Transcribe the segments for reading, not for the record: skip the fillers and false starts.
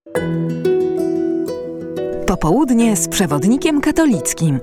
Popołudnie z przewodnikiem katolickim.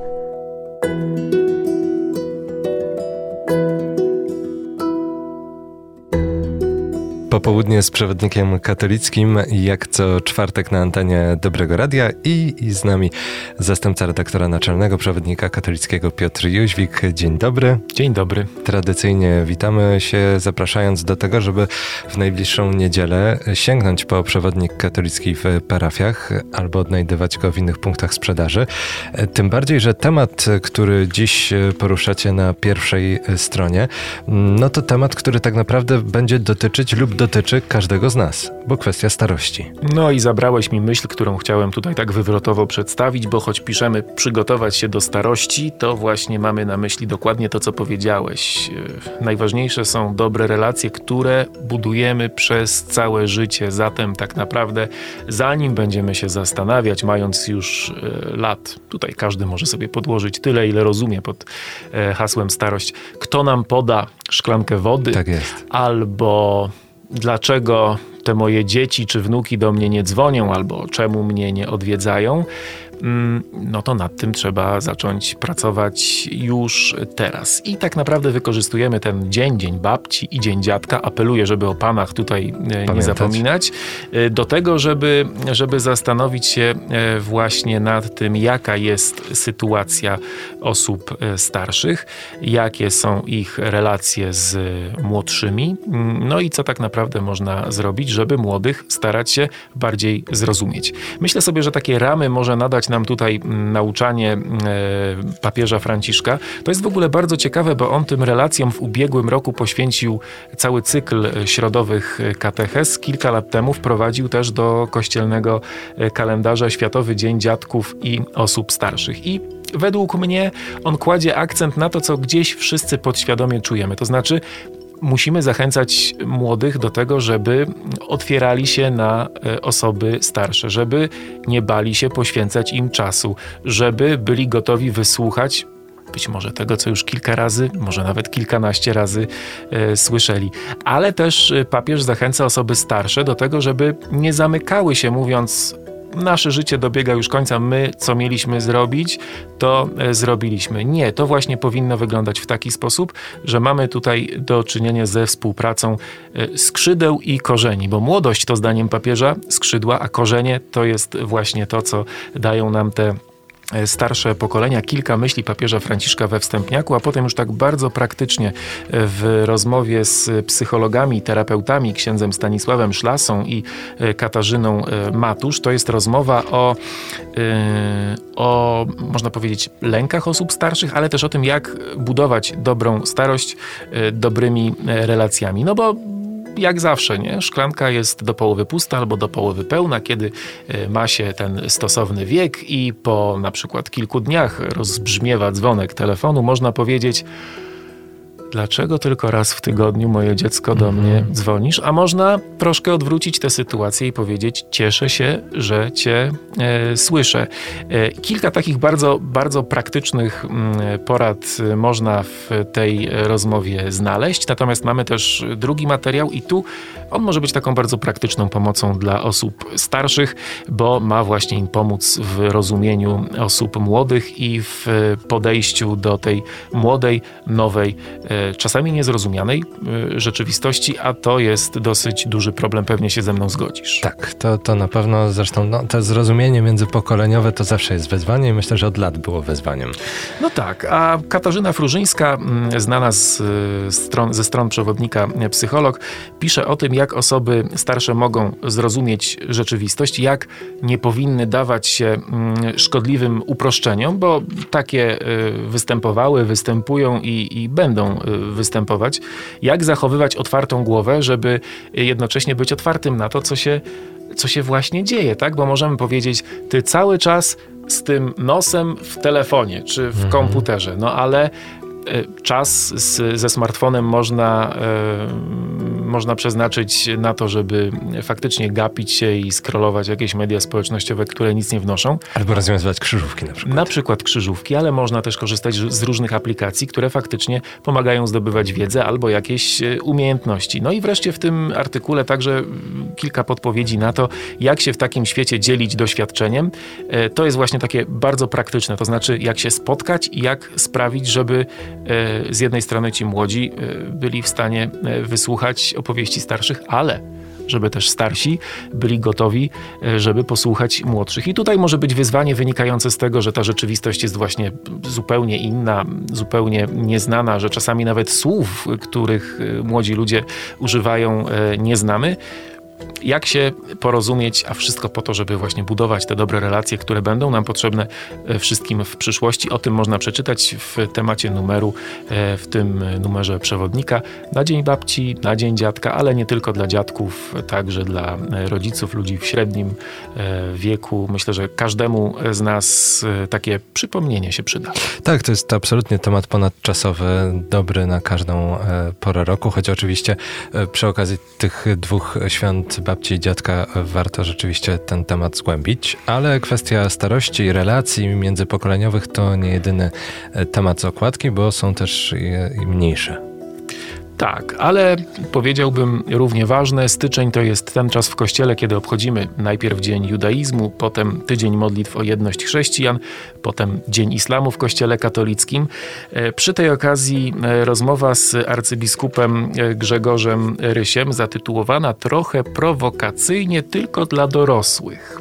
Popołudnie z przewodnikiem katolickim, jak co czwartek na antenie Dobrego Radia i z nami zastępca redaktora naczelnego przewodnika katolickiego Piotr Jóźwik. Dzień dobry. Dzień dobry. Tradycyjnie witamy się, zapraszając do tego, żeby w najbliższą niedzielę sięgnąć po przewodnik katolicki w parafiach albo odnajdywać go w innych punktach sprzedaży. Tym bardziej, że temat, który dziś poruszacie na pierwszej stronie, no to temat, który tak naprawdę będzie dotyczyć lub dotyczy każdego z nas, bo kwestia starości. No i zabrałeś mi myśl, którą chciałem tutaj tak wywrotowo przedstawić, bo choć piszemy przygotować się do starości, to właśnie mamy na myśli dokładnie to, co powiedziałeś. Najważniejsze są dobre relacje, które budujemy przez całe życie. Zatem tak naprawdę, zanim będziemy się zastanawiać, mając już lat, tutaj każdy może sobie podłożyć tyle, ile rozumie pod hasłem starość, kto nam poda szklankę wody, tak jest. Albo dlaczego te moje dzieci czy wnuki do mnie nie dzwonią, albo czemu mnie nie odwiedzają, no to nad tym trzeba zacząć pracować już teraz. I tak naprawdę wykorzystujemy ten dzień babci i dzień dziadka. Apeluję, żeby o panach tutaj nie zapominać. Do tego, żeby zastanowić się właśnie nad tym, jaka jest sytuacja osób starszych, jakie są ich relacje z młodszymi, no i co tak naprawdę można zrobić, żeby młodych starać się bardziej zrozumieć. Myślę sobie, że takie ramy może nadać nam tutaj nauczanie papieża Franciszka. To jest w ogóle bardzo ciekawe, bo on tym relacjom w ubiegłym roku poświęcił cały cykl środowych katechez. Kilka lat temu wprowadził też do kościelnego kalendarza Światowy Dzień Dziadków i Osób Starszych. I według mnie on kładzie akcent na to, co gdzieś wszyscy podświadomie czujemy. To znaczy, musimy zachęcać młodych do tego, żeby otwierali się na osoby starsze, żeby nie bali się poświęcać im czasu, żeby byli gotowi wysłuchać być może tego, co już kilka razy, może nawet kilkanaście razy słyszeli. Ale też papież zachęca osoby starsze do tego, żeby nie zamykały się, mówiąc: nasze życie dobiega już końca, my co mieliśmy zrobić, to zrobiliśmy. Nie, to właśnie powinno wyglądać w taki sposób, że mamy tutaj do czynienia ze współpracą skrzydeł i korzeni, bo młodość to zdaniem papieża skrzydła, a korzenie to jest właśnie to, co dają nam te starsze pokolenia. Kilka myśli papieża Franciszka we wstępniaku, a potem już tak bardzo praktycznie w rozmowie z psychologami, terapeutami, księdzem Stanisławem Szlasą i Katarzyną Matusz. To jest rozmowa o można powiedzieć, lękach osób starszych, ale też o tym, jak budować dobrą starość dobrymi relacjami. No bo jak zawsze, nie? Szklanka jest do połowy pusta albo do połowy pełna, kiedy ma się ten stosowny wiek i po na przykład kilku dniach rozbrzmiewa dzwonek telefonu, można powiedzieć: dlaczego tylko raz w tygodniu, moje dziecko, do mnie dzwonisz? A można troszkę odwrócić tę sytuację i powiedzieć: cieszę się, że cię słyszę. Kilka takich bardzo, bardzo praktycznych porad można w tej rozmowie znaleźć. Natomiast mamy też drugi materiał i tu on może być taką bardzo praktyczną pomocą dla osób starszych, bo ma właśnie im pomóc w rozumieniu osób młodych i w podejściu do tej młodej, nowej, czasami niezrozumianej rzeczywistości, a to jest dosyć duży problem, pewnie się ze mną zgodzisz. Tak, to na pewno, zresztą to zrozumienie międzypokoleniowe to zawsze jest wyzwanie i myślę, że od lat było wyzwaniem. No tak, a Katarzyna Frurzyńska, znana ze stron przewodnika psycholog, pisze o tym, jak osoby starsze mogą zrozumieć rzeczywistość, jak nie powinny dawać się szkodliwym uproszczeniom, bo takie występowały, występują i będą występować. Jak zachowywać otwartą głowę, żeby jednocześnie być otwartym na to, co się właśnie dzieje, tak? Bo możemy powiedzieć: ty cały czas z tym nosem w telefonie czy w komputerze, no ale czas ze smartfonem można przeznaczyć na to, żeby faktycznie gapić się i scrollować jakieś media społecznościowe, które nic nie wnoszą. Albo rozwiązywać krzyżówki na przykład. Na przykład krzyżówki, ale można też korzystać z różnych aplikacji, które faktycznie pomagają zdobywać wiedzę albo jakieś umiejętności. No i wreszcie w tym artykule także kilka podpowiedzi na to, jak się w takim świecie dzielić doświadczeniem. To jest właśnie takie bardzo praktyczne, to znaczy jak się spotkać i jak sprawić, żeby z jednej strony ci młodzi byli w stanie wysłuchać opowieści starszych, ale żeby też starsi byli gotowi, żeby posłuchać młodszych. I tutaj może być wyzwanie wynikające z tego, że ta rzeczywistość jest właśnie zupełnie inna, zupełnie nieznana, że czasami nawet słów, których młodzi ludzie używają, nie znamy. Jak się porozumieć, a wszystko po to, żeby właśnie budować te dobre relacje, które będą nam potrzebne wszystkim w przyszłości. O tym można przeczytać w temacie numeru, w tym numerze przewodnika na Dzień Babci, na Dzień Dziadka, ale nie tylko dla dziadków, także dla rodziców, ludzi w średnim wieku. Myślę, że każdemu z nas takie przypomnienie się przyda. Tak, to jest absolutnie temat ponadczasowy, dobry na każdą porę roku, choć oczywiście przy okazji tych dwóch świąt babci i dziadka warto rzeczywiście ten temat zgłębić, ale kwestia starości i relacji międzypokoleniowych to nie jedyny temat z okładki, bo są też i mniejsze. Tak, ale powiedziałbym równie ważne, styczeń to jest ten czas w Kościele, kiedy obchodzimy najpierw Dzień Judaizmu, potem Tydzień Modlitw o Jedność Chrześcijan, potem Dzień Islamu w Kościele katolickim. Przy tej okazji rozmowa z arcybiskupem Grzegorzem Rysiem, zatytułowana trochę prowokacyjnie tylko dla dorosłych.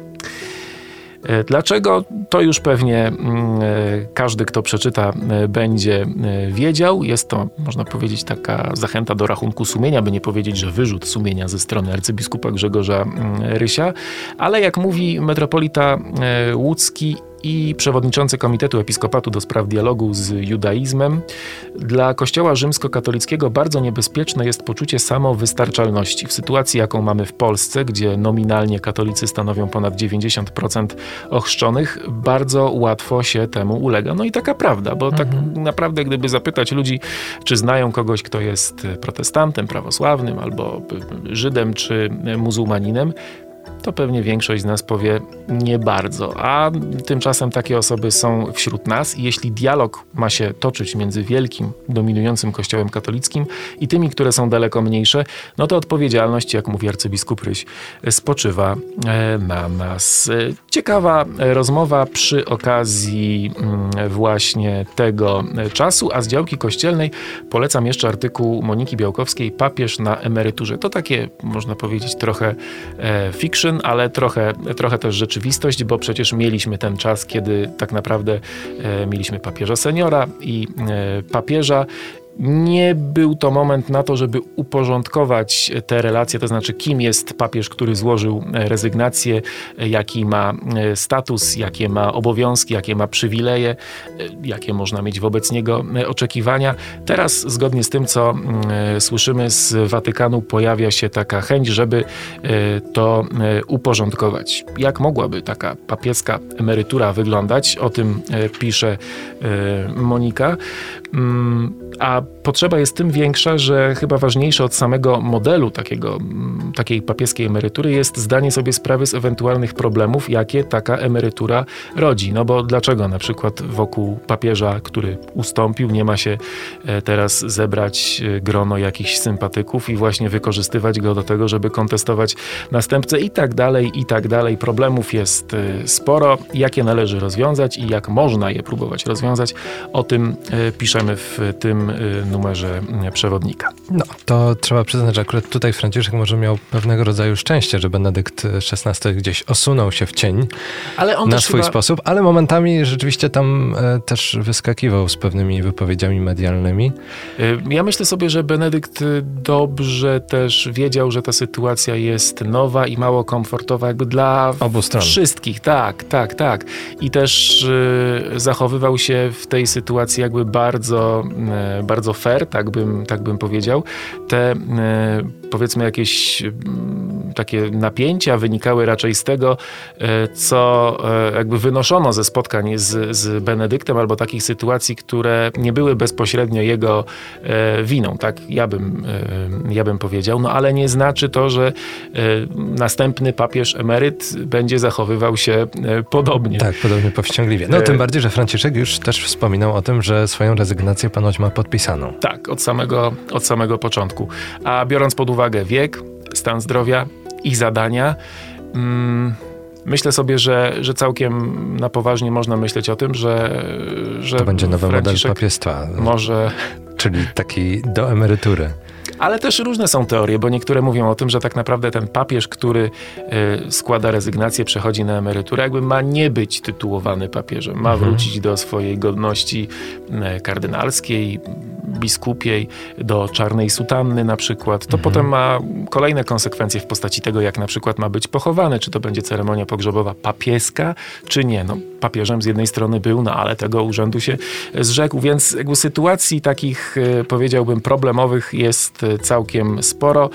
Dlaczego? To już pewnie każdy, kto przeczyta, będzie wiedział. Jest to, można powiedzieć, taka zachęta do rachunku sumienia, by nie powiedzieć, że wyrzut sumienia ze strony arcybiskupa Grzegorza Rysia. Ale jak mówi metropolita łódzki i przewodniczący Komitetu Episkopatu do spraw dialogu z judaizmem, dla Kościoła rzymskokatolickiego bardzo niebezpieczne jest poczucie samowystarczalności. W sytuacji, jaką mamy w Polsce, gdzie nominalnie katolicy stanowią ponad 90% ochrzczonych, bardzo łatwo się temu ulega. No i taka prawda, bo tak naprawdę, gdyby zapytać ludzi, czy znają kogoś, kto jest protestantem, prawosławnym, albo Żydem, czy muzułmaninem, to pewnie większość z nas powie nie bardzo, a tymczasem takie osoby są wśród nas i jeśli dialog ma się toczyć między wielkim, dominującym Kościołem katolickim i tymi, które są daleko mniejsze, no to odpowiedzialność, jak mówi arcybiskup Ryś, spoczywa na nas. Ciekawa rozmowa przy okazji właśnie tego czasu, a z działki kościelnej polecam jeszcze artykuł Moniki Białkowskiej "Papież na emeryturze". To takie, można powiedzieć, trochę fiction, ale trochę też rzeczywistość, bo przecież mieliśmy ten czas, kiedy tak naprawdę mieliśmy papieża seniora i papieża. Nie był to moment na to, żeby uporządkować te relacje, to znaczy kim jest papież, który złożył rezygnację, jaki ma status, jakie ma obowiązki, jakie ma przywileje, jakie można mieć wobec niego oczekiwania. Teraz, zgodnie z tym, co słyszymy z Watykanu, pojawia się taka chęć, żeby to uporządkować. Jak mogłaby taka papieska emerytura wyglądać? O tym pisze Monika. A potrzeba jest tym większa, że chyba ważniejsze od samego modelu takiej papieskiej emerytury jest zdanie sobie sprawy z ewentualnych problemów, jakie taka emerytura rodzi. No bo dlaczego na przykład wokół papieża, który ustąpił, nie ma się teraz zebrać grono jakichś sympatyków i właśnie wykorzystywać go do tego, żeby kontestować następcę i tak dalej. Problemów jest sporo. Jakie należy rozwiązać i jak można je próbować rozwiązać, o tym piszemy w tym numerze przewodnika. No, to trzeba przyznać, że akurat tutaj Franciszek może miał pewnego rodzaju szczęście, że Benedykt XVI gdzieś osunął się w cień na swój sposób, ale momentami rzeczywiście tam też wyskakiwał z pewnymi wypowiedziami medialnymi. Ja myślę sobie, że Benedykt dobrze też wiedział, że ta sytuacja jest nowa i mało komfortowa jakby dla obu stron. Wszystkich. Tak. I też zachowywał się w tej sytuacji jakby bardzo fair, tak bym powiedział. Te powiedzmy jakieś takie napięcia wynikały raczej z tego, co jakby wynoszono ze spotkań z Benedyktem, albo takich sytuacji, które nie były bezpośrednio jego winą, tak ja bym powiedział, no ale nie znaczy to, że następny papież emeryt będzie zachowywał się podobnie. Tak, podobnie powściągliwie. No tym bardziej, że Franciszek już też wspominał o tym, że swoją rezygnację ponoć ma podpisaną. Tak, od samego początku. A biorąc pod uwagę wiek, stan zdrowia i zadania, myślę sobie, że całkiem na poważnie można myśleć o tym, że to będzie nowy model Franciszek papiestwa. Może... Czyli taki do emerytury. Ale też różne są teorie, bo niektóre mówią o tym, że tak naprawdę ten papież, który składa rezygnację, przechodzi na emeryturę, jakby ma nie być tytułowany papieżem. Ma wrócić do swojej godności kardynalskiej, biskupiej, do czarnej sutanny na przykład. To potem ma kolejne konsekwencje w postaci tego, jak na przykład ma być pochowany. Czy to będzie ceremonia pogrzebowa papieska, czy nie. No, papieżem z jednej strony był, no ale tego urzędu się zrzekł, więc jakby sytuacji takich, powiedziałbym, problemowych jest całkiem sporo.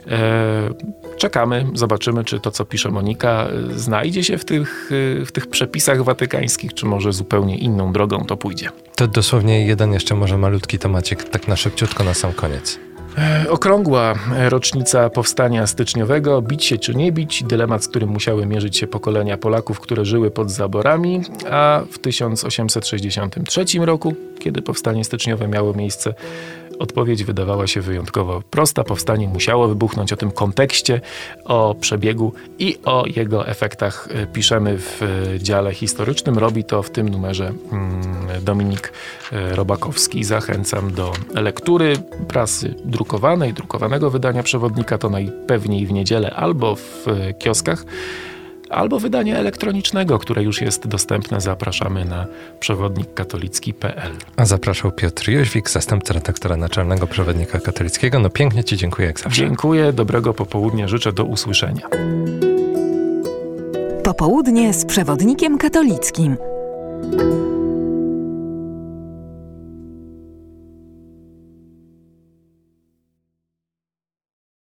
Czekamy, zobaczymy, czy to, co pisze Monika, znajdzie się w tych przepisach watykańskich, czy może zupełnie inną drogą to pójdzie. To dosłownie jeden jeszcze może malutki temacik, tak na szybciutko na sam koniec. Okrągła rocznica powstania styczniowego, bić się czy nie bić, dylemat, z którym musiały mierzyć się pokolenia Polaków, które żyły pod zaborami, a w 1863 roku, kiedy powstanie styczniowe miało miejsce, odpowiedź wydawała się wyjątkowo prosta. Powstanie musiało wybuchnąć. O tym kontekście, o przebiegu i o jego efektach piszemy w dziale historycznym. Robi to w tym numerze Dominik Robakowski. Zachęcam do lektury prasy drukowanej, drukowanego wydania przewodnika. To najpewniej w niedzielę albo w kioskach, albo wydania elektronicznego, które już jest dostępne. Zapraszamy na przewodnikkatolicki.pl. A zapraszał Piotr Jóźwik, zastępca redaktora naczelnego Przewodnika Katolickiego. No pięknie Ci dziękuję jak zawsze. Dziękuję, dobrego popołudnia, życzę, do usłyszenia. Popołudnie z Przewodnikiem Katolickim.